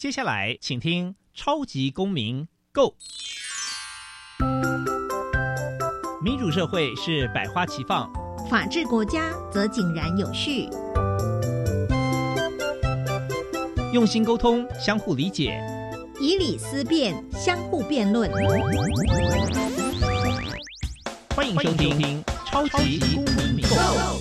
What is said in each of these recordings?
接下来请听超级公民 Go。 民主社会是百花齐放， 法治国家则井然有序。 用心沟通，相互理解， 以理思辨，相互辩论。 欢迎收听超级公民 Go。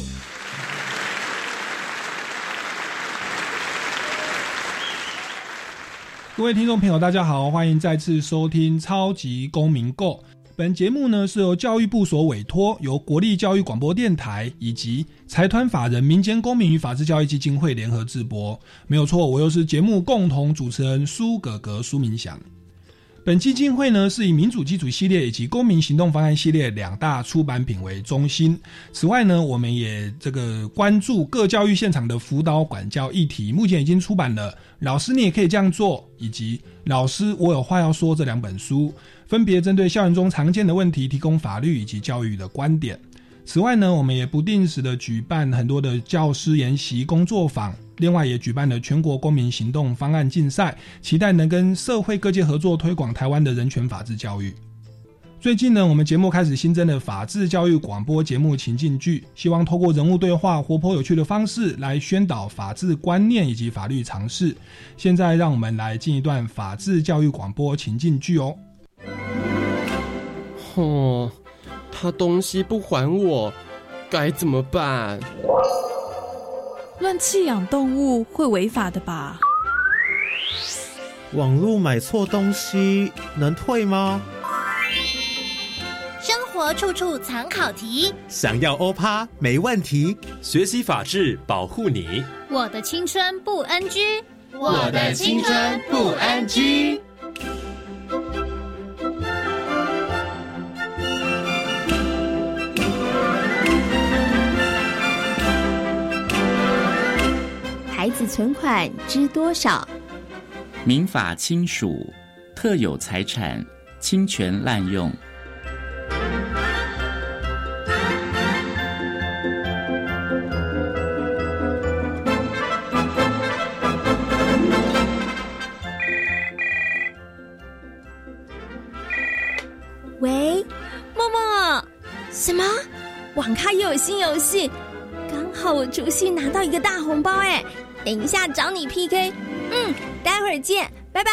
各位听众朋友大家好，欢迎再次收听超级公民 Go。 本节目呢是由教育部所委托，由国立教育广播电台以及财团法人民间公民与法治教育基金会联合制播。没有错，我又是节目共同主持人苏哥哥苏明祥。本基金会呢是以民主基础系列以及公民行动方案系列两大出版品为中心。此外呢，我们也关注各教育现场的辅导管教议题，目前已经出版了《老师你也可以这样做》以及《老师我有话要说》这两本书，分别针对校园中常见的问题提供法律以及教育的观点。此外呢，我们也不定时的举办很多的教师研习工作坊，另外也举办了全国公民行动方案竞赛，期待能跟社会各界合作推广台湾的人权法治教育。最近呢，我们节目开始新增的法治教育广播节目情境剧，希望透过人物对话活泼有趣的方式来宣导法治观念以及法律常识。现在让我们来进一段法治教育广播情境剧哦。 他东西不还我，该怎么办？ 乱弃养动物会违法的吧？ 网络买错东西能退吗？ 生活处处藏考题， 想要欧趴没问题。 学习法治，保护你。 我的青春不 NG， 我的青春不 NG。 孩子存款知多少？ 民法亲属特有财产侵权滥用。 喂， 默默，什么？网咖又有新游戏，刚好我除夕拿到一个大红包哎！等一下找你 PK， 待会儿见，拜拜。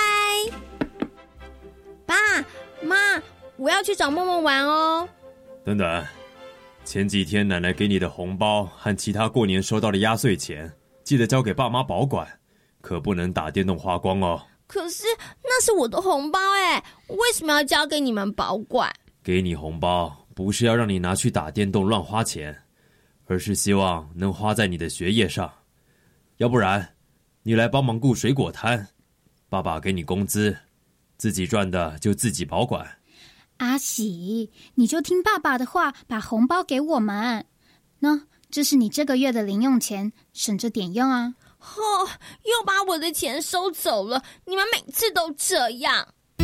爸妈，我要去找默默玩哦。 等等，前几天奶奶给你的红包和其他过年收到的压岁钱，记得交给爸妈保管，可不能打电动花光哦。 可是那是我的红包哎，为什么要交给你们保管？ 给你红包不是要让你拿去打电动乱花钱，而是希望能花在你的学业上。要不然你来帮忙顾水果摊，爸爸给你工资，自己赚的就自己保管。 阿喜，你就听爸爸的话，把红包给我们。那这是你这个月的零用钱，省着点用啊。 又把我的钱收走了，你们每次都这样。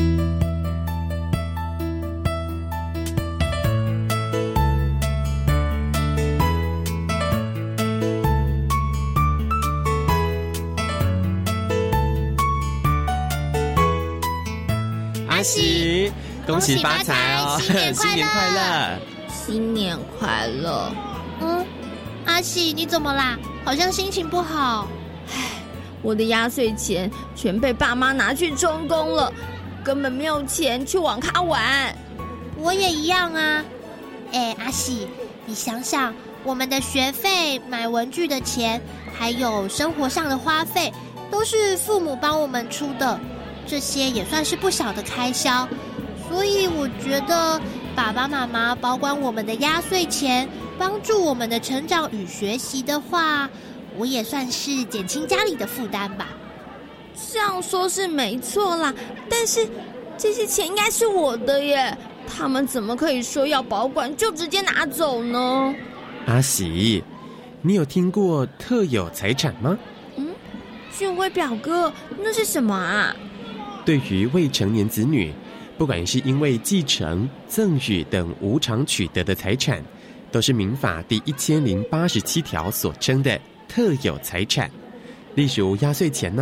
阿喜，恭喜发财哦！新年快乐！ 新年快乐！ 阿喜，你怎么啦？好像心情不好。 我的压岁钱全被爸妈拿去充公了，根本没有钱去网咖玩。 我也一样啊。阿喜，你想想，我们的学费、买文具的钱，还有生活上的花费，都是父母帮我们出的。这些也算是不小的开销，所以我觉得爸爸妈妈保管我们的压岁钱，帮助我们的成长与学习的话，我也算是减轻家里的负担吧。 这样说是没错啦，但是这些钱应该是我的耶，他们怎么可以说要保管就直接拿走呢？ 阿喜，你有听过特有财产吗？ 俊辉表哥，那是什么啊？ 对于未成年子女，不管是因为继承、赠与等无偿取得的财产，都是民法第1087条所称的特有财产。例如压岁钱呢，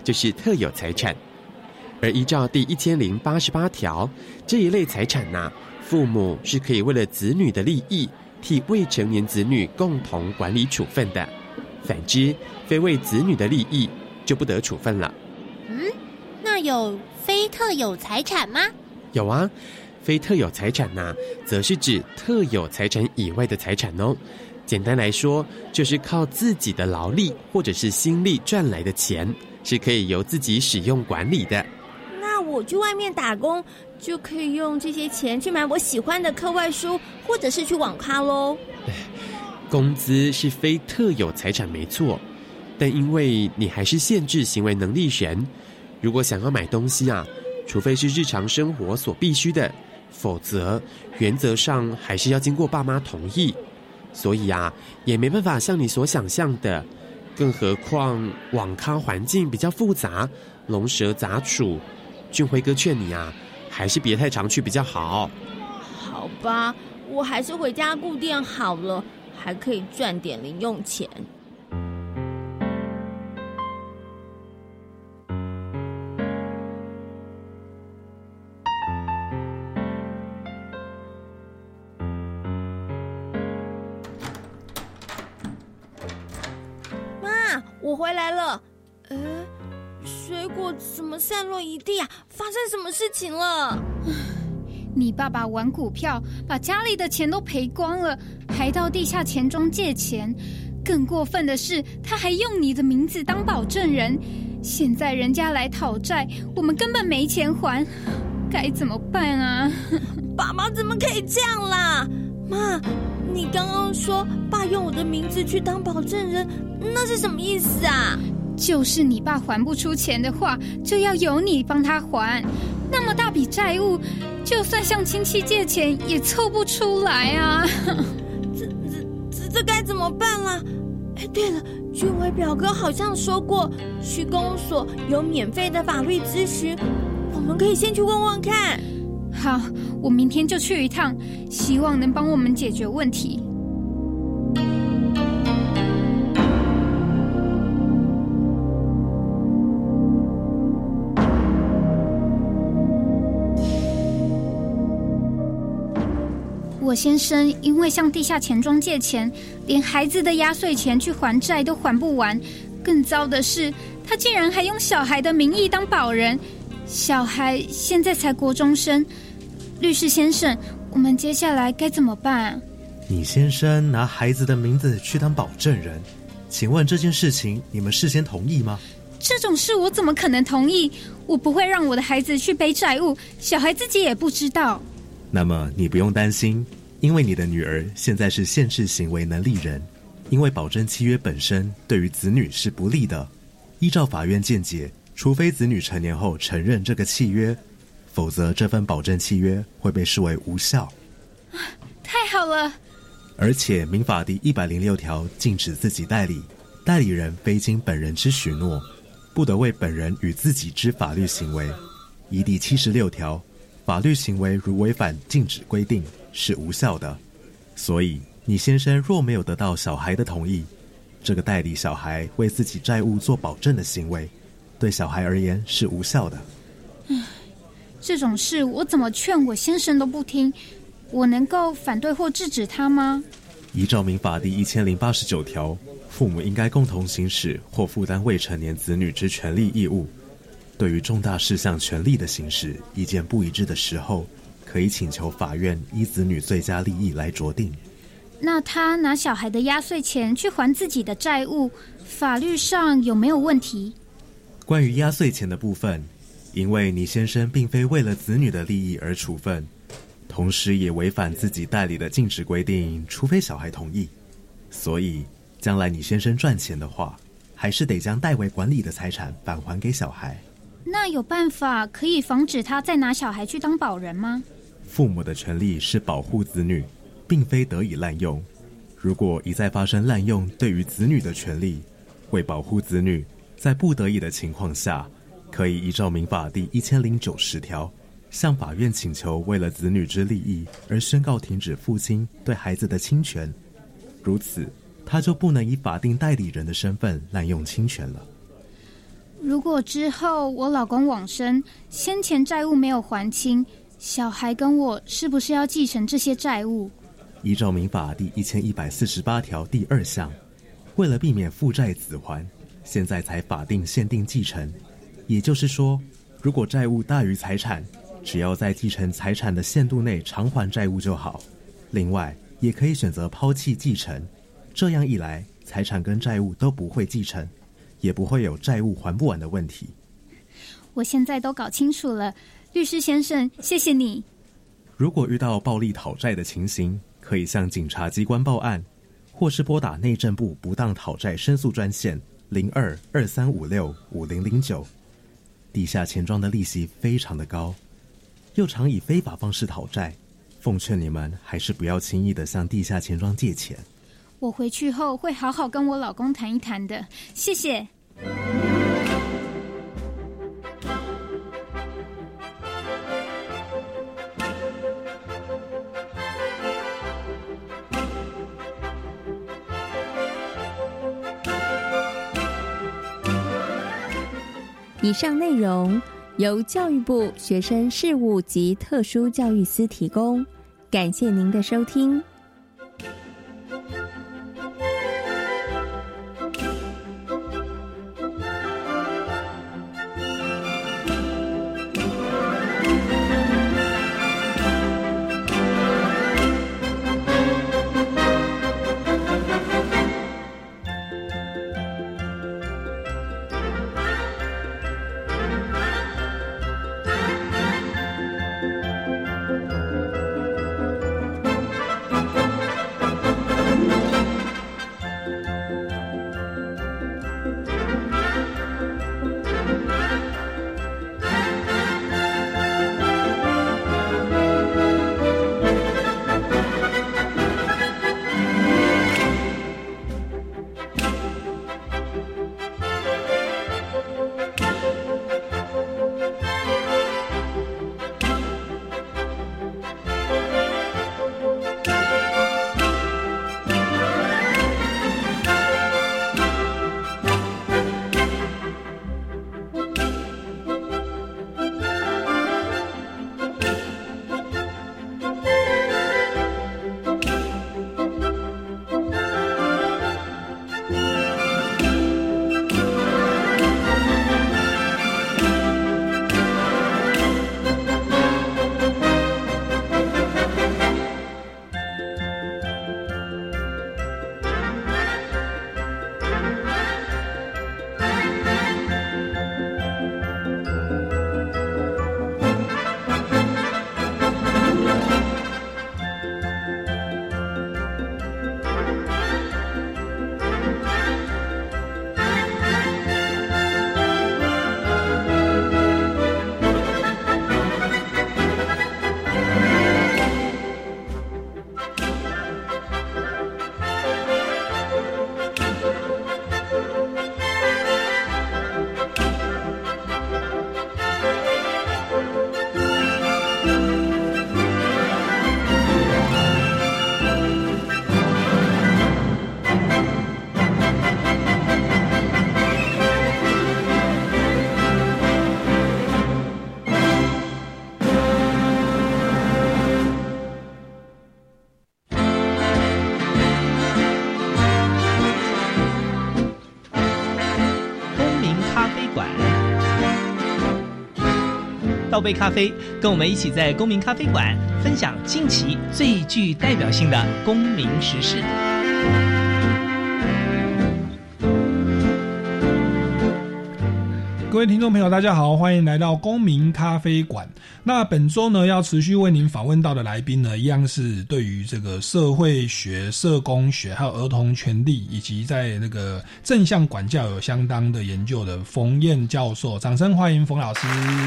就是特有财产。而依照第1088条，这一类财产父母是可以为了子女的利益，替未成年子女共同管理处分的。反之，非为子女的利益，就不得处分了。 那有非特有财产吗？ 有啊，非特有财产则是指特有财产以外的财产哦。简单来说，就是靠自己的劳力或者是心力赚来的钱，是可以由自己使用管理的。 那我去外面打工，就可以用这些钱去买我喜欢的课外书，或者是去网咖咯。 工资是非特有财产没错，但因为你还是限制行为能力人，如果想要买东西除非是日常生活所必须的，否则原则上还是要经过爸妈同意。所以也没办法像你所想象的，更何况网咖环境比较复杂，龙蛇杂处。俊辉哥劝你还是别太常去比较好。 好吧，我还是回家顾店好了，还可以赚点零用钱。我回来了。水果怎么散落一地发生什么事情了？ 你爸爸玩股票，把家里的钱都赔光了，还到地下钱庄借钱。更过分的是，他还用你的名字当保证人。现在人家来讨债，我们根本没钱还，该怎么办啊？ 爸爸怎么可以这样啦？妈，你刚刚说爸用我的名字去当保证人，那是什么意思啊？ 就是你爸还不出钱的话，就要由你帮他还。那么大笔债务，就算向亲戚借钱也凑不出来啊！ 这该怎么办啦？对了，俊伟表哥好像说过，区公所有免费的法律咨询，我们可以先去问问看。 好，我明天就去一趟，希望能帮我们解决问题。我先生因为向地下钱庄借钱，连孩子的压岁钱去还债都还不完。更糟的是，他竟然还用小孩的名义当保人。小孩现在才国中生。律师先生，我们接下来该怎么办？ 你先生拿孩子的名字去当保证人，请问这件事情你们事先同意吗？ 这种事我怎么可能同意？我不会让我的孩子去背债务，小孩自己也不知道。 那么你不用担心，因为你的女儿现在是限制行为能力人，因为保证契约本身对于子女是不利的。依照法院见解，除非子女成年后承认这个契约，否则这份保证契约会被视为无效。 太好了！ 而且民法第106条禁止自己代理，代理人非经本人之许诺，不得为本人与自己之法律行为。依第76条，法律行为如违反禁止规定是无效的。所以你先生若没有得到小孩的同意，这个代理小孩为自己债务做保证的行为，对小孩而言是无效的。 这种事我怎么劝我先生都不听，我能够反对或制止他吗？ 依照民法第1089条，父母应该共同行使或负担未成年子女之权利义务。对于重大事项权利的行使意见不一致的时候，可以请求法院依子女最佳利益来酌定。 那他拿小孩的压岁钱去还自己的债务，法律上有没有问题？ 关于压岁钱的部分，因为你先生并非为了子女的利益而处分，同时也违反自己代理的禁止规定，除非小孩同意，所以将来你先生赚钱的话，还是得将代为管理的财产返还给小孩。 那有办法可以防止他再拿小孩去当保人吗？ 父母的权利是保护子女，并非得以滥用。如果一再发生滥用对于子女的权利，为保护子女，在不得已的情况下，可以依照民法第1090条，向法院请求为了子女之利益而宣告停止父亲对孩子的亲权，如此他就不能以法定代理人的身份滥用亲权了。 如果之后我老公往生，先前债务没有还清，小孩跟我是不是要继承这些债务？ 依照民法第1148条第2项，为了避免负债子还，现在才法定限定继承。也就是说，如果债务大于财产，只要在继承财产的限度内偿还债务就好。另外，也可以选择抛弃继承，这样一来，财产跟债务都不会继承，也不会有债务还不完的问题。 我现在都搞清楚了，律师先生，谢谢你。 如果遇到暴力讨债的情形，可以向警察机关报案，或是拨打内政部不当讨债申诉专线02-2356-5009。地下钱庄的利息非常的高，又常以非法方式讨债，奉劝你们还是不要轻易的向地下钱庄借钱。 我回去后会好好跟我老公谈一谈的，谢谢。 以上内容由教育部学生事务及特殊教育司提供，感谢您的收听。 倒杯咖啡，跟我们一起在公民咖啡馆分享近期最具代表性的公民时事。 各位听众朋友大家好，欢迎来到公民咖啡馆。那本周呢要持续为您访问到的来宾呢，一样是对于这个社会学、社工学还有儿童权利以及在那个正向管教有相当的研究的冯燕教授，掌声欢迎冯老师。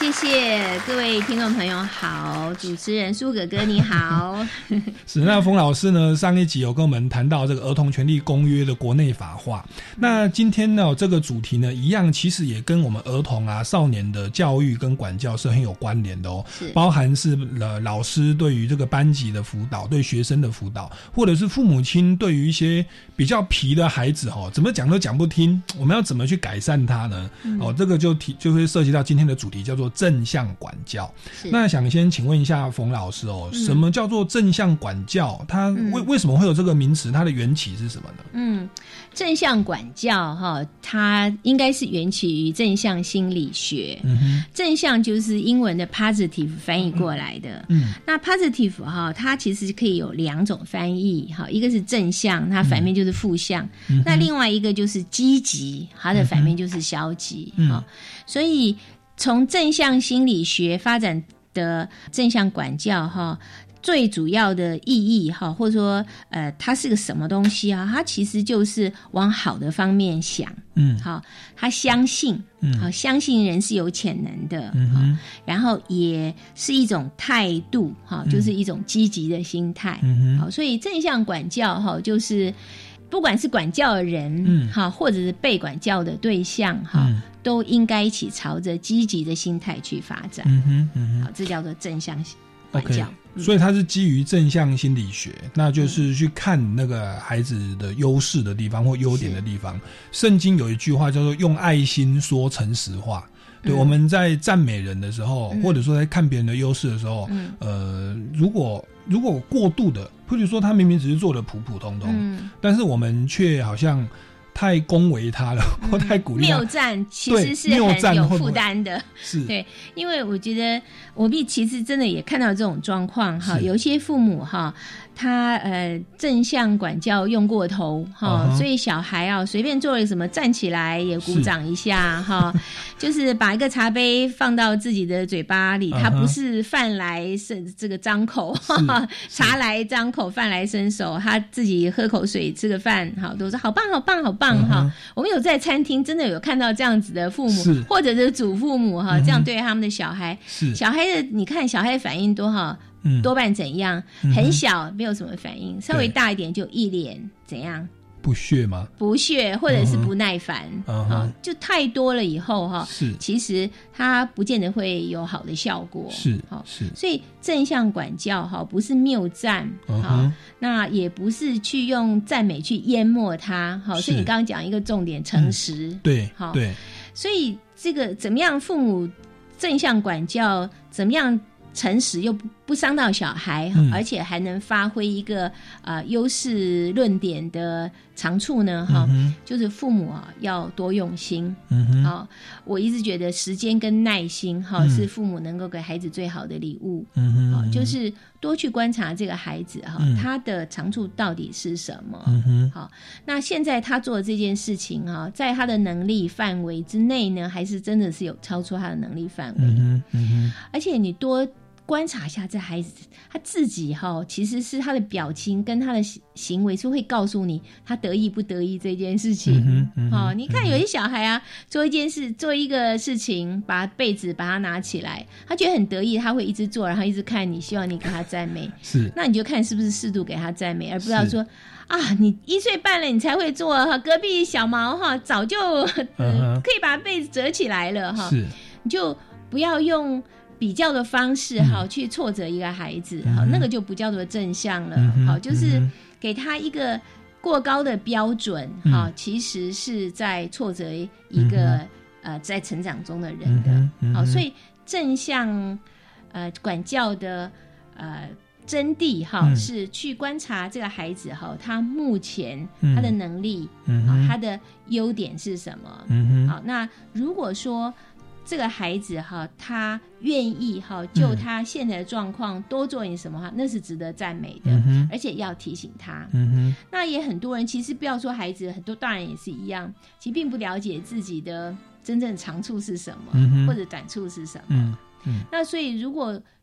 谢谢各位听众朋友好，主持人苏哥哥你好。 是，那冯老师呢，上一集有跟我们谈到这个儿童权利公约的国内法化，那今天呢这个主题呢一样，其实也跟我们儿童啊少年的教育跟管教是很有关联的哦，包含是老师对于这个班级的辅导，对学生的辅导，或者是父母亲对于一些比较皮的孩子怎么讲都讲不听，我们要怎么去改善他呢？这个就会涉及到今天的主题，叫做正向管教。那想先请问一下冯老师什么叫做正向管教？它为什么会有这个名词？它的缘起是什么呢？ 正向管教它应该是缘起于正向心理学。正向就是英文的 positive 翻译过来的。那 positive 它其实可以有2种翻译，一个是正向，它反面就是负向。那另外一个就是积极，它的反面就是消极。所以从正向心理学发展的正向管教最主要的意义或者说它是个什么东西它其实就是往好的方面想。他相信相信人是有潜能的。然后也是一种态度就是一种积极的心态。所以正向管教就是不管是管教的人或者是被管教的对象都应该一起朝着积极的心态去发展。这叫做正向管教。 所以它是基于正向心理学，那就是去看那个孩子的优势的地方或优点的地方。圣经有一句话叫做用爱心说诚实话。对，我们在赞美人的时候，或者说在看别人的优势的时候，如果过度的，或者说他明明只是做的普普通通，但是我们却好像太恭维他了，或太鼓励他， 谬赞其实是很有负担的。是，对，因为我觉得我们其实真的也看到这种状况有一些父母他正向管教用过头所以小孩随便做了什么站起来也鼓掌一下就是把一个茶杯放到自己的嘴巴里，他不是饭来这个张口茶来张口，饭来伸手，他自己喝口水吃个饭都说好棒好棒好棒我们有在餐厅真的有看到这样子的父母或者是祖父母这样对他们的小孩。小孩的你看小孩的反应多半怎样？很小没有什么反应，稍微大一点就一脸怎样？ 不屑吗？不屑，或者是不耐烦。就太多了以后其实它不见得会有好的效果。是，所以正向管教不是谬赞那也不是去用赞美去淹没它所以你刚刚讲一个重点，诚实。对，所以这个怎么样父母正向管教，怎么样诚实又不伤到小孩而且还能发挥一个优势论点的长处呢就是父母要多用心。我一直觉得时间跟耐心是父母能够给孩子最好的礼物。就是多去观察这个孩子他的长处到底是什么。那现在他做的这件事情在他的能力范围之内呢，还是真的是有超出他的能力范围。而且你多观察一下这孩子他自己其实是他的表情跟他的行为是会告诉你他得意不得意这件事情。你看有些小孩做一个事情，把被子把它拿起来，他觉得很得意，他会一直做，然后一直看你，希望你给他赞美。那你就看是不是适度给他赞美，而不要说你1岁半了你才会做隔壁小毛早就可以把被子折起来了你就不要用比较的方式去挫折一个孩子那个就不叫做正向了。就是给他一个过高的标准其实是在挫折一个在成长中的人的。所以正向管教的真谛是去观察这个孩子他目前他的能力他的优点是什么。那如果说这个孩子他愿意就他现在的状况多做点什么那是值得赞美的。而且要提醒他。那也很多人其实不要说孩子，很多大人也是一样，其实并不了解自己的真正长处是什么或者短处是什么。那所以如果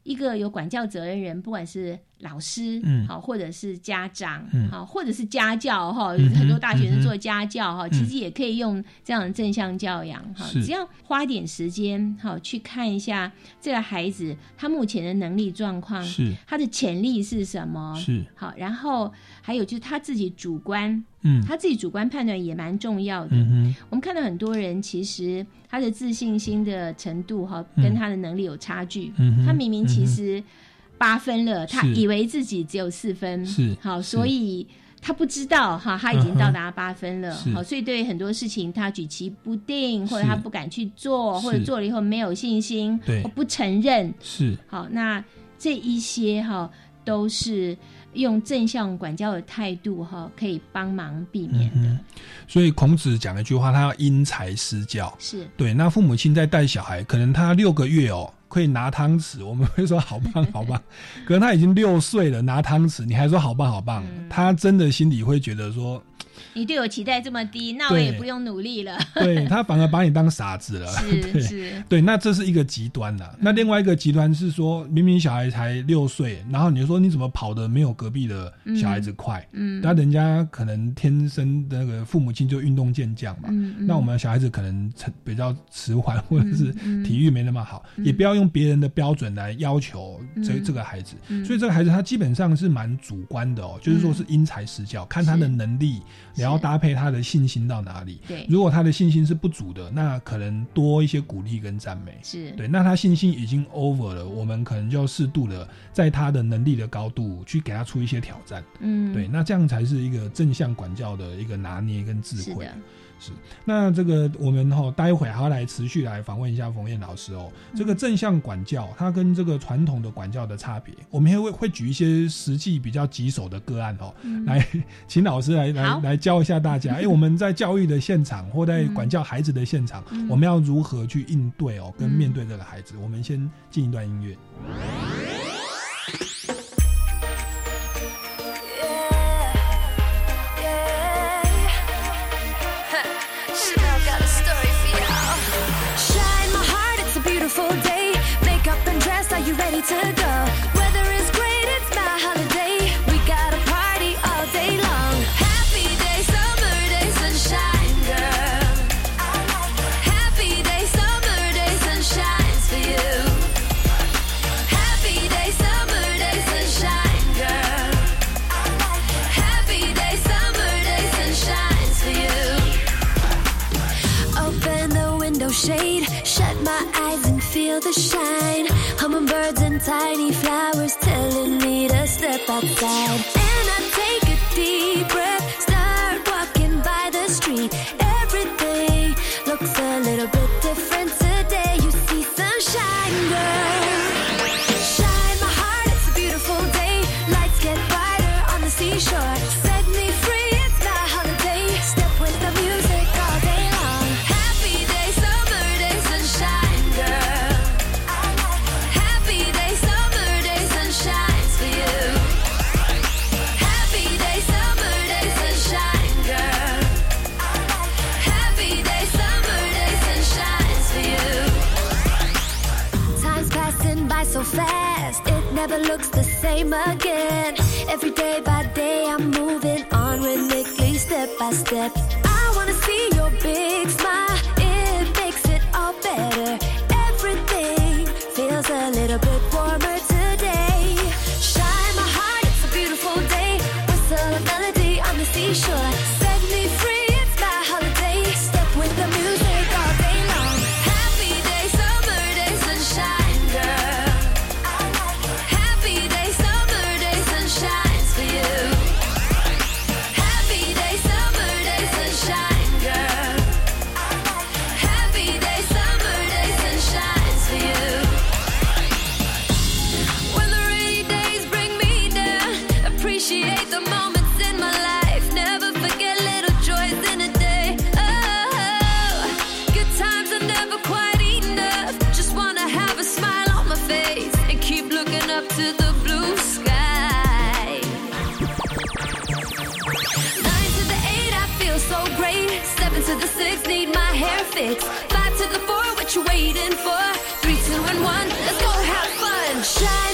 一个有管教责任人，不管是老师好，或者是家长好，或者是家教哈，很多大学生做家教哈，其实也可以用这样的正向教养哈，只要花点时间好去看一下这个孩子他目前的能力状况，是他的潜力是什么，是好，然后还有就是他自己主观。他自己主观判断也蛮重要的。我们看到很多人其实他的自信心的程度跟他的能力有差距。他明明其实8分了，他以为自己只有4分，是好，所以他不知道他已经到达8分了。好，所以对很多事情他举棋不定，或者他不敢去做，或者做了以后没有信心，或不承认。是好，那这一些都是用正向管教的态度可以帮忙避免的。 所以孔子讲一句话，他要因材施教。是对，那父母亲在带小孩，可能他6个月可以拿汤匙，我们会说好棒好棒。可能他已经6岁了，拿汤匙你还说好棒好棒，他真的心里会觉得说， 你对我期待这么低，那我也不用努力了。 对，他反而把你当傻子了。是，对，那这是一个极端啦。那另外一个极端是说，明明小孩才6岁，然后你就说你怎么跑得没有隔壁的小孩子快？那人家可能天生那个父母亲就运动健将嘛。那我们小孩子可能比较迟缓，或者是体育没那么好，也不要用别人的标准来要求这个孩子。所以这个孩子他基本上是蛮主观的就是说是因材施教，看他的能力。然后搭配他的信心到哪里？对，如果他的信心是不足的，那可能多一些鼓励跟赞美。是对，那他信心已经 over 了，我们可能就要适度的在他的能力的高度去给他出一些挑战。对，那这样才是一个正向管教的一个拿捏跟智慧。是，那这个我们待会还要来持续来访问一下冯燕老师这个正向管教它跟这个传统的管教的差别，我们会举一些实际比较棘手的个案来请老师来教一下大家。我们在教育的现场或在管教孩子的现场，我们要如何去应对跟面对这个孩子。我们先进一段音乐。 You ready to go? Weather is great, it's my holiday. We got a party all day long. Happy day, summer day, sunshine, girl. Happy day, summer day, sunshine's for you. Happy day, summer day, sunshine, girl. Happy day, summer day, sunshine's for you. Open the window shade, shut my eyes and feel the shine. Hummingbirds and tiny flowers telling me to step outside. And I take a deep breath, start walking by the street. Everything looks a little bit different today. You see sunshine, girl. Shine my heart, it's a beautiful day. Lights get brighter on the seashore. Set me free, it's my holiday. Step with the music all day long. Happy day, summer day, sunshine, girl. So fast, it never looks the same again. Every day by day I'm moving on rhythmically, step by step. I wanna see your big smile, it makes it all better. Everything feels a little bit warmer today. Shine my heart, it's a beautiful day. Whistle a melody on the seashore. Set me free, it's my holiday. Step with the music all day long. Happy day, summer day, sunshine, girl. To the blue sky. 9 to the 8, I feel so great. 7 to the 6, need my hair fixed. 5 to the 4, what you waiting for? 3, 2, and 1, let's go have fun. Shine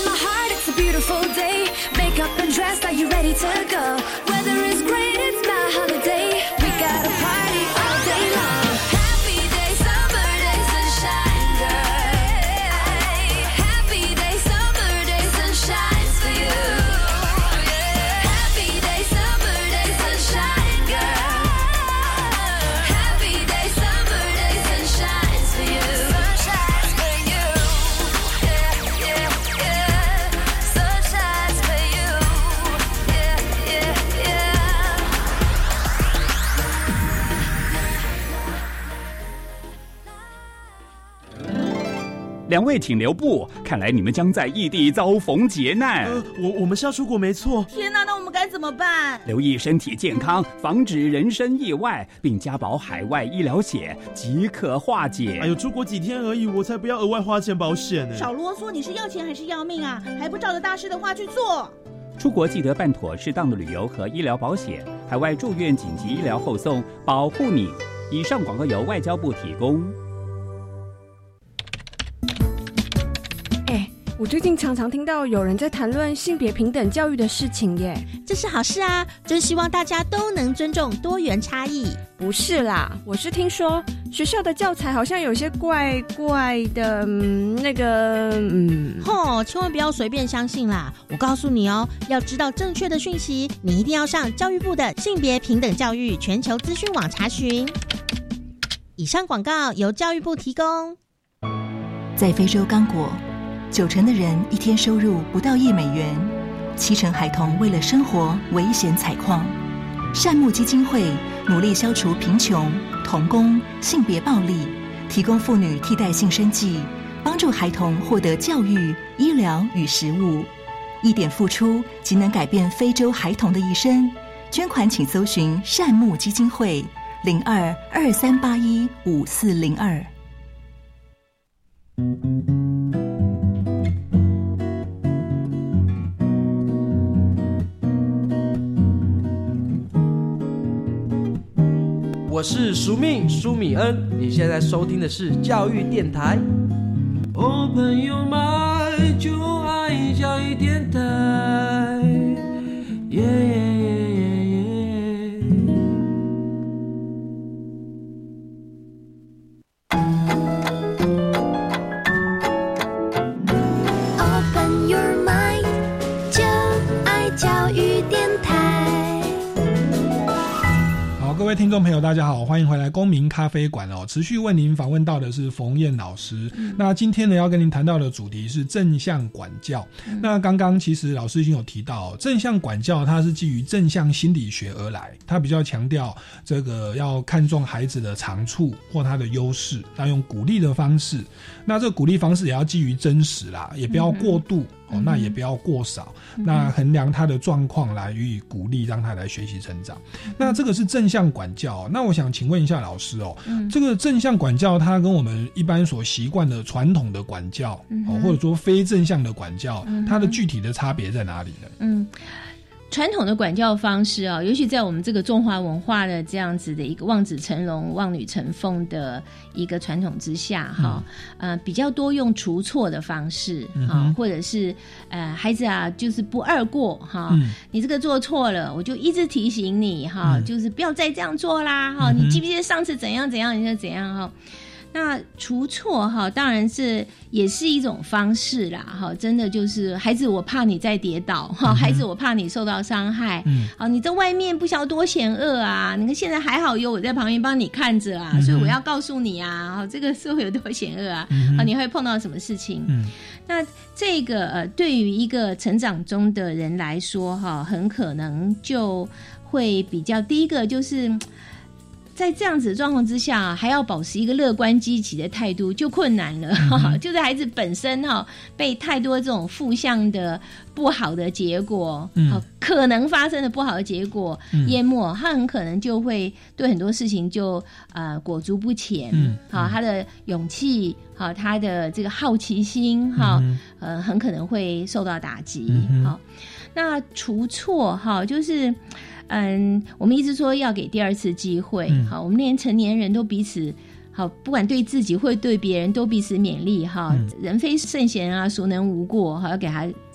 to go. Weather is great, it's my holiday. We got a party all day long. Happy day, summer day, sunshine, girl. Happy day, summer day, sunshine's for you. Happy day, summer day, sunshine, girl. Happy day, summer day, sunshine's for you. Sunshine's for you. Yeah, yeah, yeah. Sunshine's for you. Yeah, yeah, yeah. 两位请留步，看来你们将在异地遭逢劫难。 我们是要出国没错。 天哪，那我们该怎么办？ 留意身体健康，防止人身意外，并加保海外医疗险，即可化解。 哎呦，出国几天而已，我才不要额外花钱保险呢。 少啰嗦，你是要钱还是要命啊？还不照着大师的话去做？ 出国记得办妥适当的旅游和医疗保险，海外住院紧急医疗后送，保护你。以上广告由外交部提供。 我最近常常听到有人在谈论性别平等教育的事情耶， 这是好事啊！真希望大家都能尊重多元差异。 不是啦，我是听说学校的教材好像有些怪怪的， 千万不要随便相信啦！我告诉你哦，要知道正确的讯息，你一定要上教育部的性别平等教育全球资讯网查询。以上广告由教育部提供。 在非洲刚果，90%的人一天收入不到$1，7成孩童为了生活危险采矿。善牧基金会努力消除贫穷、童工、性别暴力，提供妇女替代性生计，帮助孩童获得教育、医疗与食物。一点付出即能改变非洲孩童的一生。捐款请搜寻善牧基金会02-2381-5402。 我是舒米恩，你现在收听的是教育电台。哦，朋友们，就爱教育电台。耶耶耶耶耶。 Open your mind， 就爱教育电台。 各位听众朋友大家好，欢迎回来公民咖啡馆持续为您访问到的是冯燕老师。那今天呢要跟您谈到的主题是正向管教。那刚刚其实老师已经有提到，正向管教它是基于正向心理学而来，它比较强调这个要看重孩子的长处或他的优势，那用鼓励的方式，那这个鼓励方式也要基于真实啦，也不要过度那也不要过少，那衡量他的状况来予以鼓励，让他来学习成长。那这个是正向管教。那我想请问一下老师这个正向管教它跟我们一般所习惯的传统的管教或者说非正向的管教，它的具体的差别在哪里呢？ 传统的管教方式尤其在我们这个中华文化的这样子的一个望子成龙、望女成凤的一个传统之下比较多用除错的方式或者是孩子就是不二过你这个做错了，我就一直提醒你就是不要再这样做啦你记不记得上次怎样怎样，你就怎样那除错当然也是一种方式啦真的就是孩子我怕你再跌倒孩子我怕你受到伤害你在外面不晓得多险恶啊，你看现在还好有我在旁边帮你看着所以我要告诉你这个社会有多险恶你会碰到什么事情那这个对于一个成长中的人来说很可能就会比较，第一个就是在这样子的状况之下还要保持一个乐观积极的态度就困难了就是孩子本身被太多这种负向的不好的结果可能发生的不好的结果淹没他很可能就会对很多事情就裹足不前他的勇气他的这个好奇心很可能会受到打击那除错就是我们一直说要给第二次机会我们连成年人都彼此不管对自己或对别人都彼此勉励人非圣贤孰能无过要给他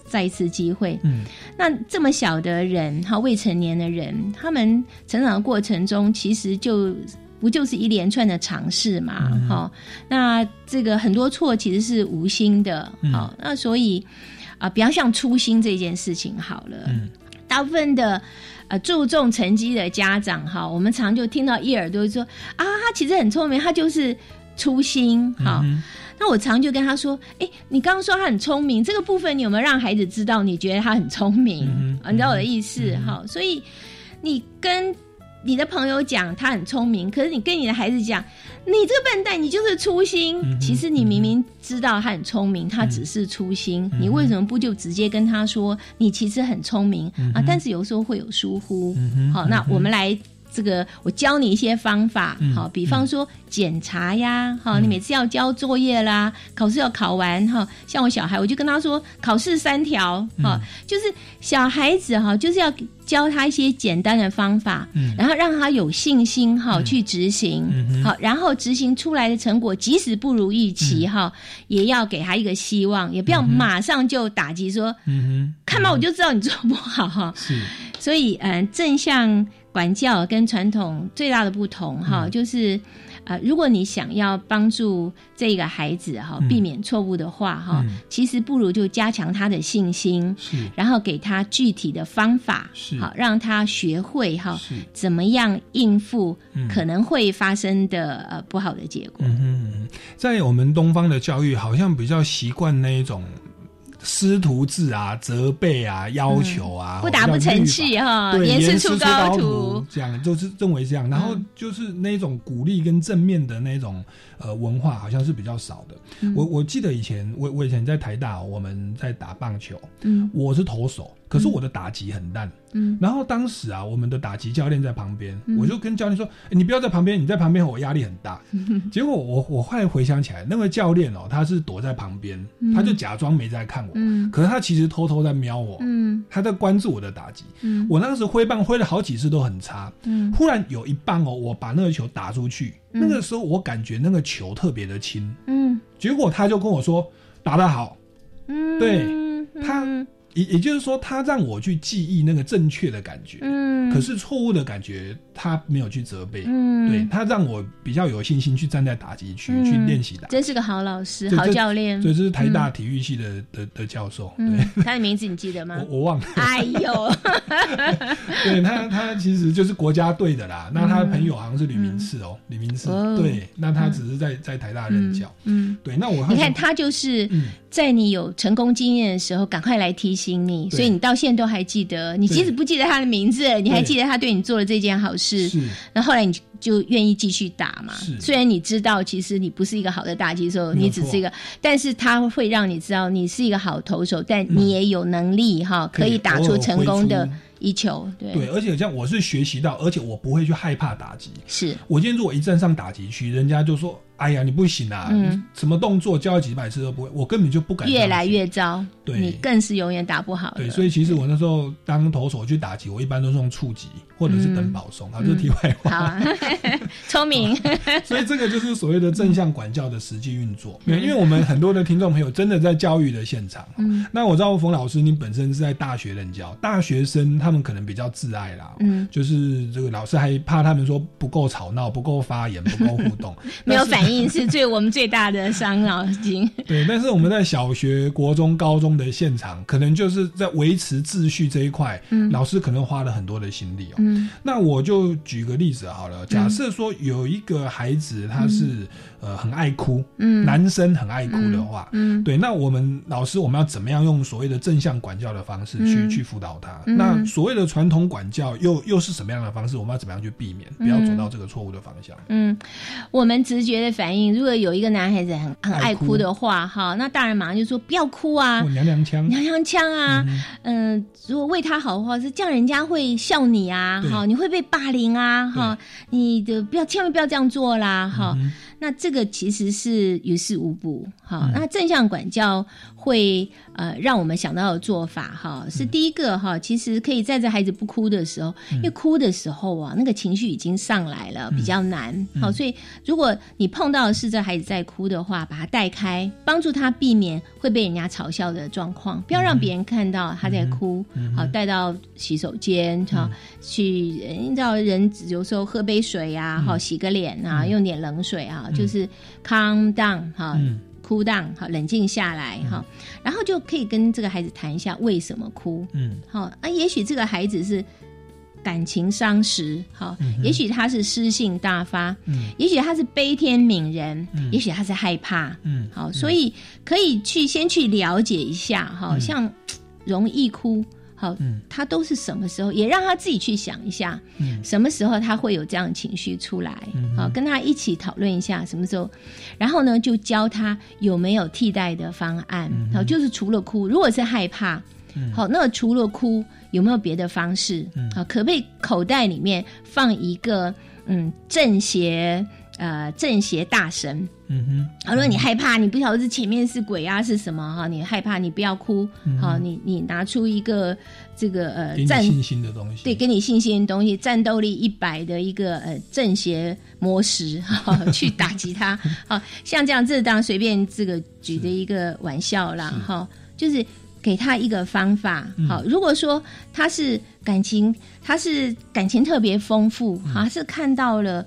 再一次机会。那这么小的人未成年的人，他们成长的过程中其实不就是一连串的尝试嘛？那这个很多错其实是无心的。那所以比方像粗心这件事情好了，大部分的注重成绩的家长我们常就听到一耳朵说他其实很聪明，他就是粗心。那我常就跟他说，你刚刚说他很聪明，这个部分你有没有让孩子知道你觉得他很聪明？你知道我的意思？所以你跟你的朋友讲他很聪明，可是你跟你的孩子讲你这个笨蛋，你就是粗心。其实你明明知道他很聪明，他只是粗心，你为什么不就直接跟他说你其实很聪明但是有时候会有疏忽。好，那我们来这个我教你一些方法。好，比方说检查呀，你每次要交作业啦，考试要考完像我小孩我就跟他说考试3条。就是小孩子就是要教他一些简单的方法，然后让他有信心去执行。然后执行出来的成果即使不如预期也要给他一个希望，也不要马上就打击说看吧我就知道你做不好。所以正向管教跟传统最大的不同就是如果你想要帮助这个孩子避免错误的话其实不如就加强他的信心，然后给他具体的方法，好让他学会怎么样应付可能会发生的不好的结果。 在我们东方的教育好像比较习惯那一种师徒制责备要求不打不成器严师出高徒， 这样就是认为这样。然后就是那种鼓励跟正面的那种文化好像是比较少的。我记得以前我以前在台大我们在打棒球，我是投手，可是我的打击很烂。然后当时我们的打击教练在旁边，我就跟教练说你不要在旁边，你在旁边我压力很大。结果我后来回想起来，那个教练他是躲在旁边，他就假装没在看我，可是他其实偷偷在瞄我，他在关注我的打击。我那时挥棒挥了好几次都很差，忽然有一棒我把那个球打出去，那个时候我感觉那个球特别的轻，结果他就跟我说打得好。对，他也就是说他让我去记忆那个正确的感觉，可是错误的感觉他没有去责备，对，他让我比较有信心去站在打击区去练习打击。 真是个好老师好教练。 对，这是台大体育系的教授。 对，他的名字你记得吗？ 我忘了。 哎呦对，他其实就是国家队的啦，那他的朋友好像是吕明次吕明次。对，那他只是在台大任教。对，那你看他就是在你有成功经验的时候赶快来提醒你，所以你到现在都还记得，你即使不记得他的名字，你还记得他对你做了这件好事，那后来你就愿意继续打嘛。虽然你知道其实你不是一个好的打击手，你只是一个，但是他会让你知道你是一个好投手，但你也有能力可以打出成功的一球。对， 而且这样我是学习到，而且我不会去害怕打击。 是我今天如果一站上打击区，人家就说哎呀你不行啊，什么动作教了几百次都不会，我根本就不敢， 越来越糟， 对， 你更是永远打不好的。 对，所以其实我那时候当投手去打击，我一般都是用触击或者是等保送。这是题外话。 聪明。 所以这个就是所谓的正向管教的实际运作。因为我们很多的听众朋友真的在教育的现场，那我知道冯老师您本身是在大学任教，大学生他们可能比较自爱啦，就是这个老师还怕他们说不够吵闹、不够发言、不够互动， 没有反应是我们最大的伤脑筋。 对，但是我们在小学、国中、高中的现场，可能就是在维持秩序这一块，老师可能花了很多的心力那我就举个例子好了，假设说有一个孩子他是很爱哭，男生很爱哭的话，对，那我们老师我们要怎么样用所谓的正向管教的方式去辅导他？那所谓的传统管教又是什么样的方式？我们要怎么样去避免，不要走到这个错误的方向？ 我们直觉的反应，如果有一个男孩子很爱哭的话，那大人马上就说不要哭啊， 娘娘腔啊，如果为他好的话，是这样人家会笑你啊，你会被霸凌啊，你的千万不要这样做啦， 那这个其实是于事无补。好，那正向管教会让我们想到的做法哈，是第一个哈，其实可以在这孩子不哭的时候，因为哭的时候啊，那个情绪已经上来了，比较难。好，所以如果你碰到的是这孩子在哭的话，把他带开，帮助他避免会被人家嘲笑的状况，不要让别人看到他在哭。好，带到洗手间哈，去你知道人有时候喝杯水啊，好洗个脸啊，用点冷水啊，就是 calm down 哈。cool down 好，冷静下来哈，然后就可以跟这个孩子谈一下为什么哭。好啊，也许这个孩子是感情伤时，好，也许他是诗性大发，也许他是悲天悯人，也许他是害怕，好，所以可以先去了解一下，好像容易哭。好，他都是什么时候，也让他自己去想一下，什么时候他会有这样的情绪出来。好，跟他一起讨论一下什么时候，然后呢，就教他有没有替代的方案。好，就是除了哭，如果是害怕，好，那除了哭有没有别的方式？好，可不可以口袋里面放一个正邪大神？如果你害怕，你不晓得这前面是鬼啊是什么哈，你害怕你不要哭，好，你拿出一个这个给你信心的东西， 对，给你信心的东西，战斗力100的一个正邪魔石去打击他。好，像这样，这当然随便这个举的一个玩笑啦，哈，就是给他一个方法。好，如果说他是感情特别丰富，他是看到了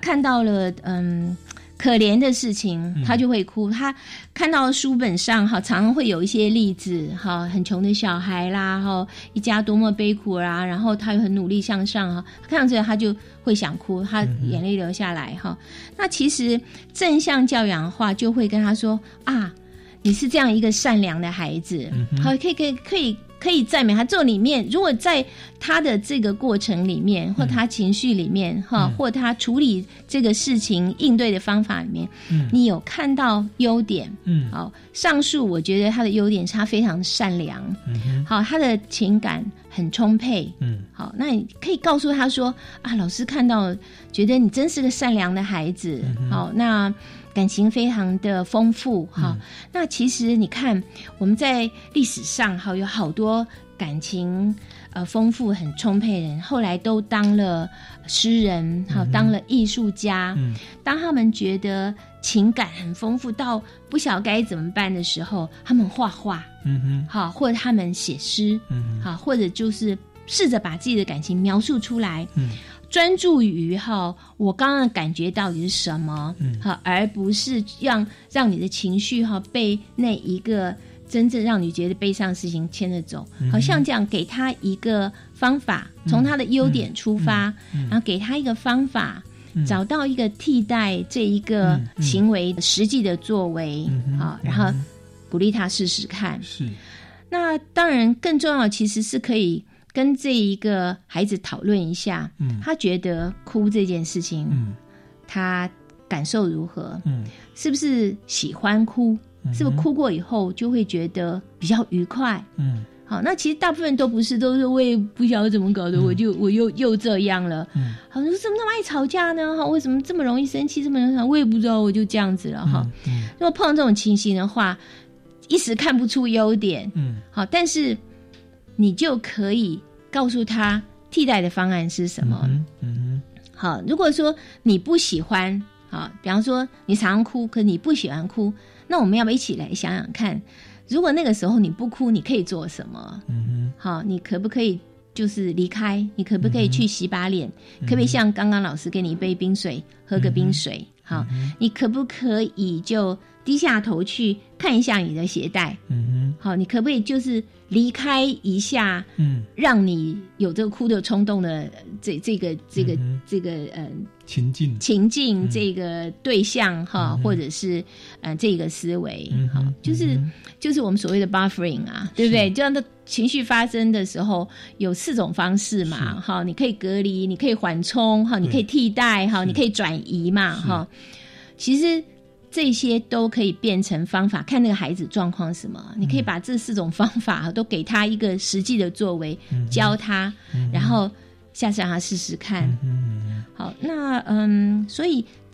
可怜的事情，他就会哭。他看到书本上常常会有一些例子，很穷的小孩啦，一家多么悲苦啦，然后他又很努力向上，看到这个他就会想哭，他眼泪流下来。那其实正向教养的话，就会跟他说啊，你是这样一个善良的孩子，好，可以赞美他。这里面如果在他的这个过程里面，或他情绪里面，或他处理这个事情应对的方法里面，你有看到优点，好，上述我觉得他的优点是他非常善良，好，他的情感很充沛，好，那你可以告诉他说啊，老师看到觉得你真是个善良的孩子，好，那感情非常的丰富，哈，那其实你看我们在历史上有好多感情丰富很充沛的人，后来都当了诗人，当了艺术家，当他们觉得情感很丰富到不晓得该怎么办的时候，他们画画，好，或者他们写诗，好，或者就是试着把自己的感情描述出来，专注于我刚刚的感觉到底是什么，而不是让你的情绪被那一个真正让你觉得悲伤的事情牵着走。好像这样给他一个方法，从他的优点出发，然后给他一个方法，找到一个替代这一个行为实际的作为，好，然后鼓励他试试看。是，那当然更重要的其实是可以跟这一个孩子讨论一下，他觉得哭这件事情，他感受如何？是不是喜欢哭？是不是哭过以后就会觉得比较愉快？好，那其实大部分都不是，都是我也不晓得怎么搞的，我又这样了。好，说怎么那么爱吵架呢？为什么这么容易生气？这么容易，我也不知道，我就这样子了哈。如果碰到这种情形的话，一时看不出优点，好，但是你就可以告诉他替代的方案是什么。好，如果说你不喜欢，好，比方说你常常哭，可你不喜欢哭，那我们要不要一起来想想看，如果那个时候你不哭，你可以做什么？好，你可不可以就是离开？你可不可以去洗把脸？可不可以像刚刚老师给你一杯冰水，喝个冰水？好，你可不可以就低下头去看一下你的鞋带？好，你可不可以就是离开一下，让你有这个哭的冲动的这个情境这个对象哈，或者是这个思维，好，就是我们所谓的 buffering 啊，对不对？这样的情绪发生的时候有4种方式嘛，哈，你可以隔离，你可以缓冲，哈，你可以替代，哈，你可以转移嘛，哈，其实这些都可以变成方法，看那个孩子状况是什么，你可以把这4种方法都给他一个实际的作为，教他，然后下次让他试试看。好，那所以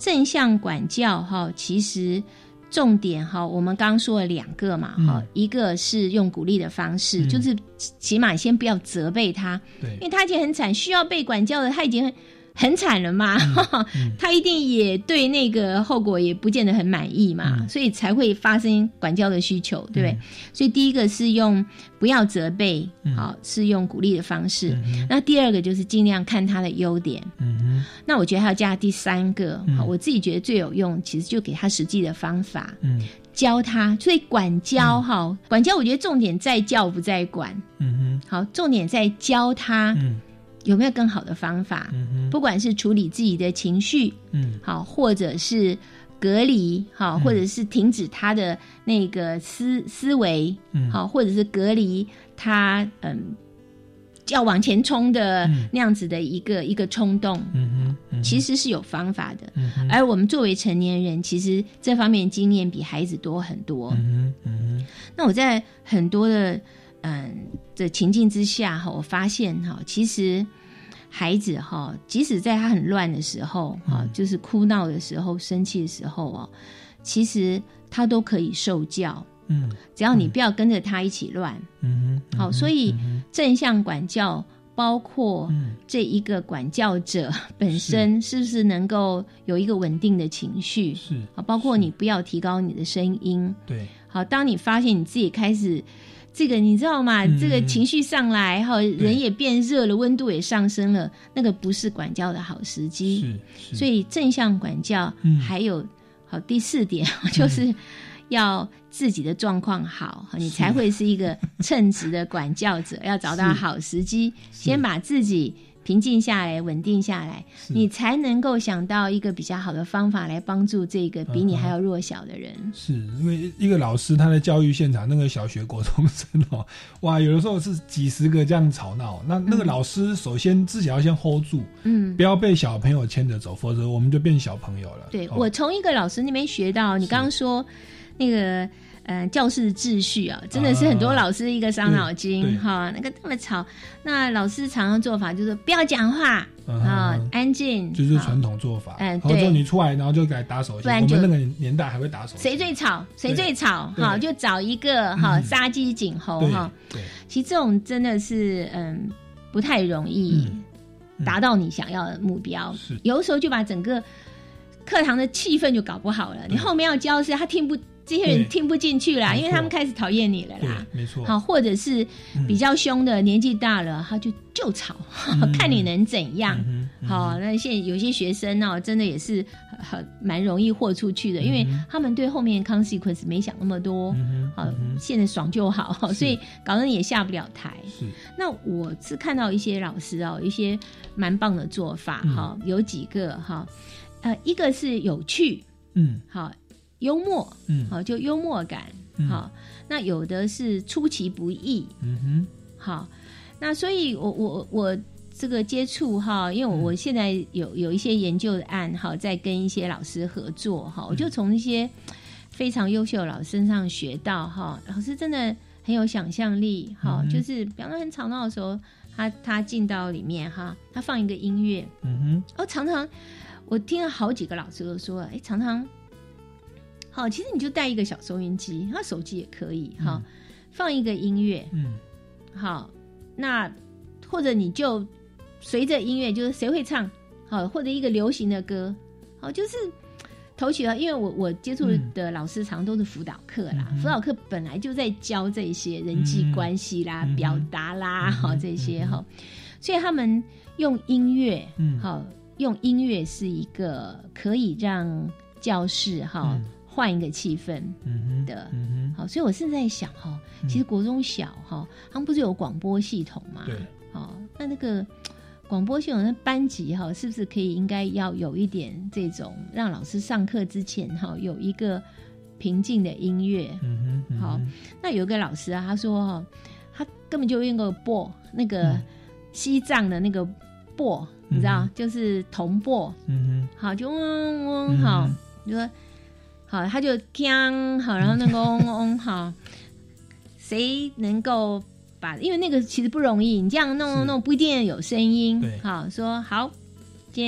正向管教哈，其实重点哈，我们刚刚说了2个嘛哈，一个是用鼓励的方式，就是起码先不要责备他，因为他已经很惨，需要被管教的，他已经很惨了嘛，他一定也对那个后果也不见得很满意嘛，所以才会发生管教的需求，对不对？所以第一个是用不要责备，好，是用鼓励的方式。那第二个就是尽量看他的优点。那我觉得还要加第3个，我自己觉得最有用，其实就给他实际的方法，教他。所以管教哈，管教我觉得重点在教不在管，好，重点在教他。有没有更好的方法？不管是处理自己的情绪，好，或者是隔离，好，或者是停止他的那个思维，好，或者是隔离他要往前冲的那样子的一个冲动，其实是有方法的。而我们作为成年人，其实这方面经验比孩子多很多。那我在很多的的情境之下我发现其实孩子即使在他很乱的时候就是哭闹的时候、生气的时候其实他都可以受教。只要你不要跟着他一起乱。好，所以正向管教包括这一个管教者本身是不是能够有一个稳定的情绪，是包括你不要提高你的声音。对，好，当你发现你自己开始这个你知道吗？这个情绪上来人也变热了，温度也上升了，那个不是管教的好时机。所以正向管教还有好第4点就是要自己的状况好，你才会是一个称职的管教者。要找到好时机，先把自己平静下来、稳定下来，你才能够想到一个比较好的方法来帮助这个比你还要弱小的人。 是因为一个老师他在教育现场，那个小学国中生哇，有的时候是几十个这样吵闹，那个老师首先自己要先 hold 住，不要被小朋友牵着走，否则我们就变小朋友了。 对，我从一个老师那边学到，你刚刚说那个教室秩序真的是很多老师一个伤脑筋那个那么吵，那老师常常做法就是不要讲话安静， 就是传统做法。然后就你出来，然后就给他打手心，我们那个年代还会打手心。 谁最吵谁最吵就找一个杀鸡儆猴其实这种真的是不太容易达到你想要的目标。有的时候就把整个课堂的气氛就搞不好了，你后面要教是他这些人听不进去啦，因为他们开始讨厌你了啦。没错。好，或者是比较凶的，年纪大了，他就吵，看你能怎样。好，那现在有些学生真的也是蛮容易豁出去的，因为他们对后面的 consequence 没想那么多。现在爽就好，所以搞得你也下不了台。那我是看到一些老师一些蛮棒的做法有几个一个是有趣，好。幽默，好，就幽默感，好。那有的是出其不意，好。那所以我这个接触因为我现在有一些研究的案在跟一些老师合作我就从一些非常优秀的老师身上学到老师真的很有想象力，就是比方说很吵闹的时候，他进到里面他放一个音乐，常常我听了好几个老师都说，常常。好，其实你就带一个小收音机，手机也可以放一个音乐，好，那或者你就随着音乐，就是谁会唱，好，或者一个流行的歌，好，就是投取因为我接触的老师常都是辅导课啦，辅导课本来就在教这些人际关系啦、表达啦，好这些所以他们用音乐，用音乐是一个可以让教室换一个气氛的，好，所以我是在想其实国中小他们不是有广播系统嘛？对，那个广播系统的班级是不是可以应该要有一点这种让老师上课之前有一个平静的音乐？好，那有一个老师他说他根本就用个钵，那个西藏的那个钵，你知道，就是铜钵，好，就好，就说。好，他就锵好，然后那个好，谁能够把？因为那个其实不容易，你这样弄不一定有声音。好，说好，今天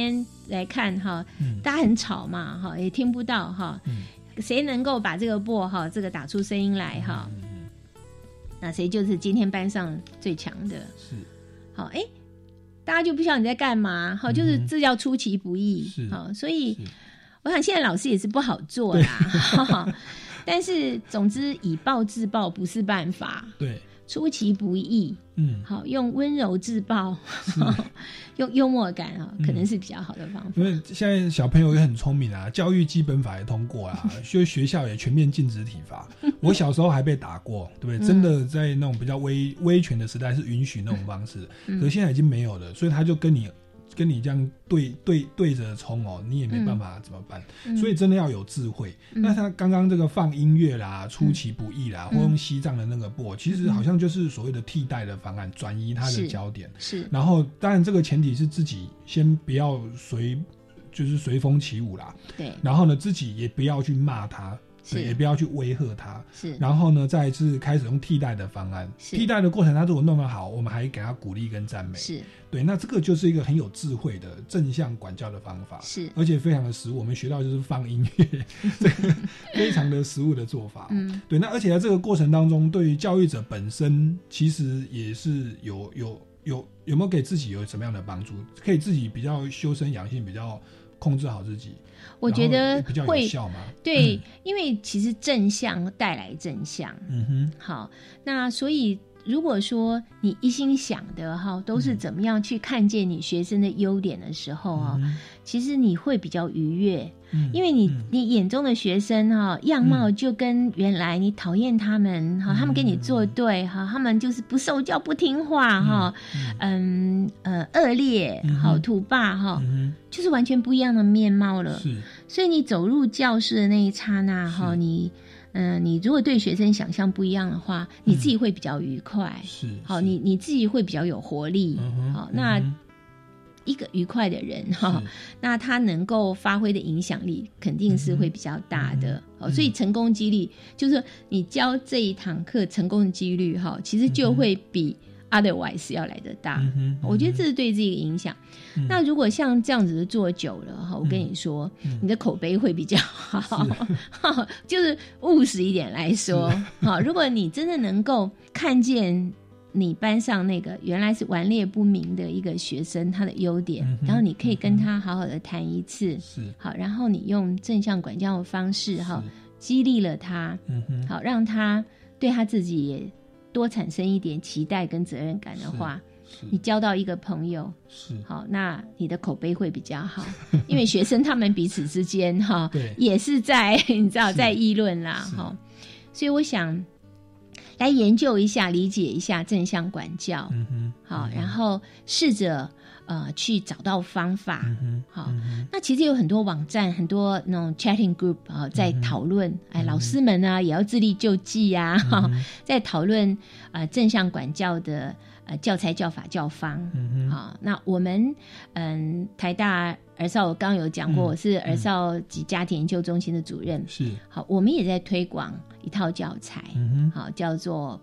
来看哈，大家很吵嘛哈，也听不到哈，谁能够把这个拨哈，这个打出声音来哈，那谁就是今天班上最强的。是，好，大家就不知道你在干嘛，好，就是这叫出其不意，好，所以我想现在老师也是不好做啦，但是总之以暴制暴不是办法，对，出其不意，好，用温柔制暴，用幽默感可能是比较好的方法。 因为现在小朋友也很聪明啊，教育基本法也通过啦，就学校也全面禁止体罚。我小时候还被打过，对不对？真的在那种比较威权的时代是允许那种方式，可是现在已经没有了，所以他就跟你这样对着冲你也没办法怎么办，所以真的要有智慧。那他刚刚这个放音乐啦，出其不意啦，或用西藏的那个拨，其实好像就是所谓的替代的方案，转移他的焦点。是，然后当然这个前提是自己先不要随风起舞啦，对，然后呢自己也不要去骂他。对，也不要去威吓他，是。然后呢，再是开始用替代的方案，替代的过程，他如果弄得好，我们还给他鼓励跟赞美，是对。那这个就是一个很有智慧的正向管教的方法，是，而且非常的实务。我们学到就是放音乐，这个非常的实务的做法，对。那而且在这个过程当中，对于教育者本身，其实也是有没有给自己有什么样的帮助？可以自己比较修身养性，比较控制好自己。 我觉得比较有效吗？ 对，因为其实正向带来正向。好，那所以如果说你一心想的都是怎么样去看见你学生的优点的时候其实你会比较愉悦，因为你眼中的学生样貌就跟原来你讨厌他们他们跟你作对他们就是不受教不听话恶劣土霸就是完全不一样的面貌了。是，所以你走入教室的那一刹那你如果对学生想象不一样的话，你自己会比较愉快。是，好，你自己会比较有活力。好，那一个愉快的人那他能够发挥的影响力肯定是会比较大的。所以成功几率就是你教这一堂课成功的几率其实就会比otherwise 要来得大。我觉得这是对这个影响。那如果像这样子的做久了我跟你说你的口碑会比较好。就是务实一点来说如果你真的能够看见你班上那个原来是顽劣不明的一个学生他的优点，然后你可以跟他好好的谈一次，好，然后你用正向管教的方式激励了他，好，让他对他自己也多产生一点期待跟责任感的话，你交到一个朋友，好，那你的口碑会比较好。因为学生他们彼此之间也是在你知道在议论啦，所以我想来研究一下理解一下正向管教，好，然后试着去找到方法。好，那其实有很多网站很多那种 chatting group 在讨论，老师们也要自力救济啊，在讨论正向管教的教材教法教方。好，那我们台大儿少我刚刚有讲过，我是儿少及家庭研究中心的主任。是，好，我们也在推广一套教材，好，叫做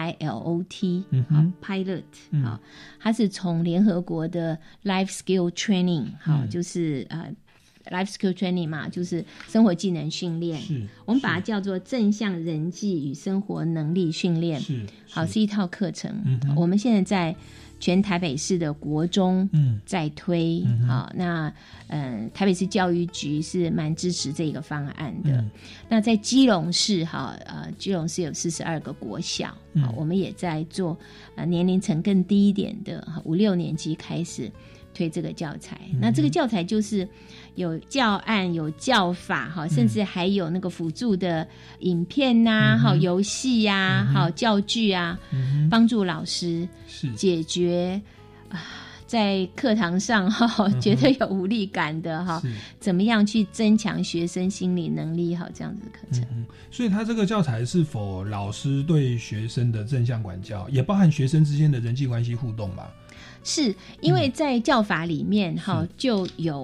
PILOT， 好 Pilot， 好，它是从联合国的 Life Skill Training， 好，就是Life Skill Training 嘛，就是生活技能训练。是，我们把它叫做正向人际与生活能力训练。是，好，是一套课程。我们现在在全台北市的国中在推，好，那台北市教育局是蛮支持这个方案的。那在基隆市基隆市有42个国小，我们也在做年龄层更低一点的5、6年级开始推这个教材。那这个教材就是有教案有教法，甚至还有那个辅助的影片啊，游戏啊，教具啊，帮助老师解决在课堂上觉得有无力感的怎么样去增强学生心理能力这样子的课程。 所以他这个教材是否老师对学生的正向管教，也包含学生之间的人际关系互动吧？ 是因为在教法里面就有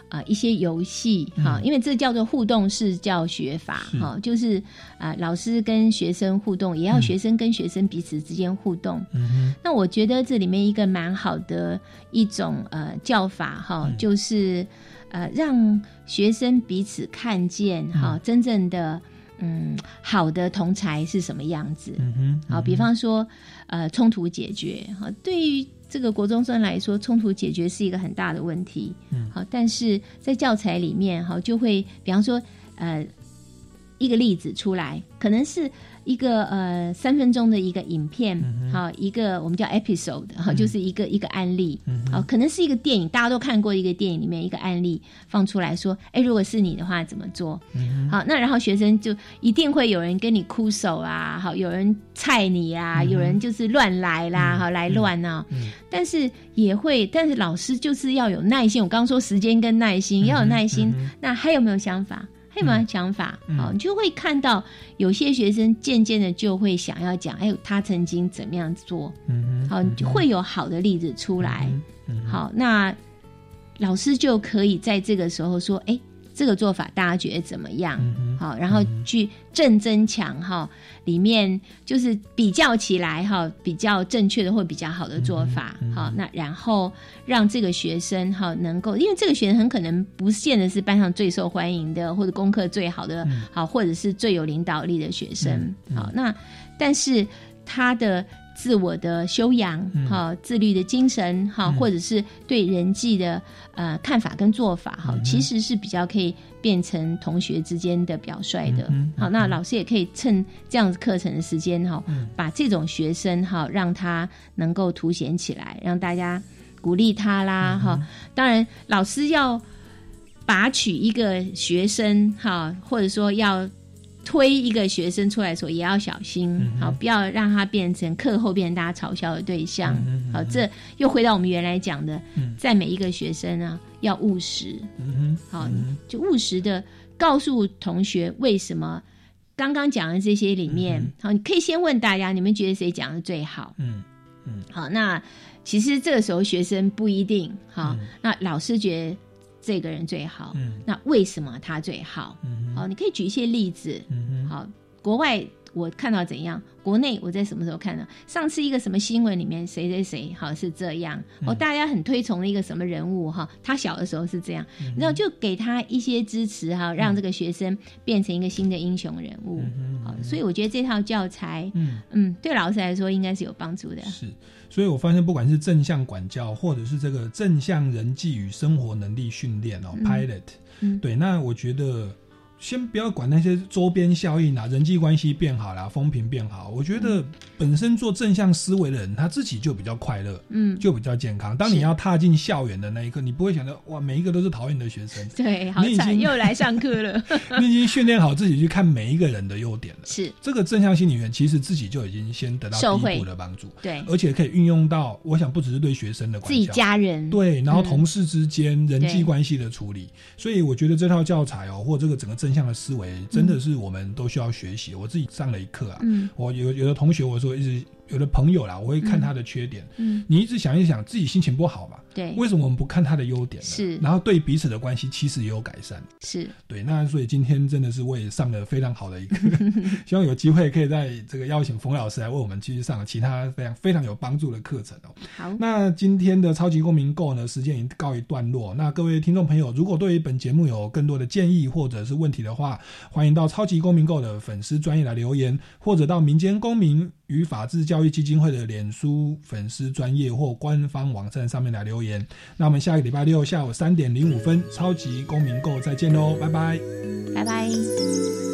一些游戏因为这叫做互动式教学法就是老师跟学生互动，也要学生跟学生彼此之间互动。那我觉得这里面一个蛮好的一种教法就是让学生彼此看见真正的好的同儕是什么样子。比方说冲突解决对于这个国中生来说，冲突解决是一个很大的问题。但是在教材里面就会比方说一个例子出来，可能是一个3分钟的一个影片，一个我们叫 episode，就是一个案例，可能是一个电影，大家都看过一个电影里面一个案例放出来说，如果是你的话怎么做？好，那然后学生就一定会有人跟你哭手啊，好，有人菜你啊，有人就是乱来啦，好来乱啊，但是老师就是要有耐心。我刚刚说时间跟耐心，要有耐心。那还有没有想法？还有没有想法？你就会看到有些学生渐渐的就会想要讲，他曾经怎么样做，好，会有好的例子出来。好，那老师就可以在这个时候说，这个做法大家觉得怎么样？好，然后去正增强里面就是比较起来比较正确的或比较好的做法。好，那然后让这个学生能够，因为这个学生很可能不见得是班上最受欢迎的，或者功课最好的，好，或者是最有领导力的学生。好，那但是他的自我的修养自律的精神或者是对人际的看法跟做法其实是比较可以变成同学之间的表率的。好，那老师也可以趁这样子课程的时间把这种学生让他能够凸显起来，让大家鼓励他啦。当然老师要拔取一个学生或者说要推一个学生出来的时候也要小心，好，不要让他变成课后变成大家嘲笑的对象。好，这又回到我们原来讲的，在每一个学生要务实。好，就务实的告诉同学为什么刚刚讲的这些里面，好，你可以先问大家，你们觉得谁讲的最好？好，那其实这个时候学生不一定好，那老师觉得这个人最好，那为什么他最好？好，你可以举一些例子。好，国外我看到怎样，国内我在什么时候看到？上次一个什么新闻里面谁谁谁好是这样，大家很推崇的一个什么人物他小的时候是这样，然后就给他一些支持让这个学生变成一个新的英雄人物。好，所以我觉得这套教材对老师来说应该是有帮助的。 是，所以我发现不管是正向管教或者是这个正向人际与生活能力训练pilot，对，那我觉得先不要管那些周边效应人际关系变好啦，风评变好，我觉得本身做正向思维的人他自己就比较快乐，就比较健康。当你要踏进校园的那一刻，你不会想到哇每一个都是讨厌的学生， 对，好惨，又来上课了你已经训练好自己去看每一个人的优点了。 是， 这个正向心理学其实自己就已经先得到第一步的帮助， 对， 而且可以运用到我想不只是对学生的管教， 自己家人， 对，然后同事之间人际关系的处理。所以我觉得这套教材或这个整个正向的思维真的是我们都需要学习。我自己上了一课我有的同学我说一直有的朋友啦，我会看他的缺点，你一直想一想自己心情不好嘛， 对， 为什么我们不看他的优点呢？ 是， 然后对彼此的关系其实也有改善， 是，对。 那所以今天真的是我也上了非常好的一课希望有机会可以在这个邀请冯老师来为我们继续上其他非常非常有帮助的课程好， 那今天的超级公民购呢时间已经告一段落，那各位听众朋友如果对于本节目有更多的建议或者是问题的话，欢迎到超级公民购的粉丝专页来留言，或者到民间公民与法治教育基金会的脸书粉丝专页或官方网站上面来留言。那我们下个礼拜六下午3:05超级公民购再见喽，拜拜， 拜拜。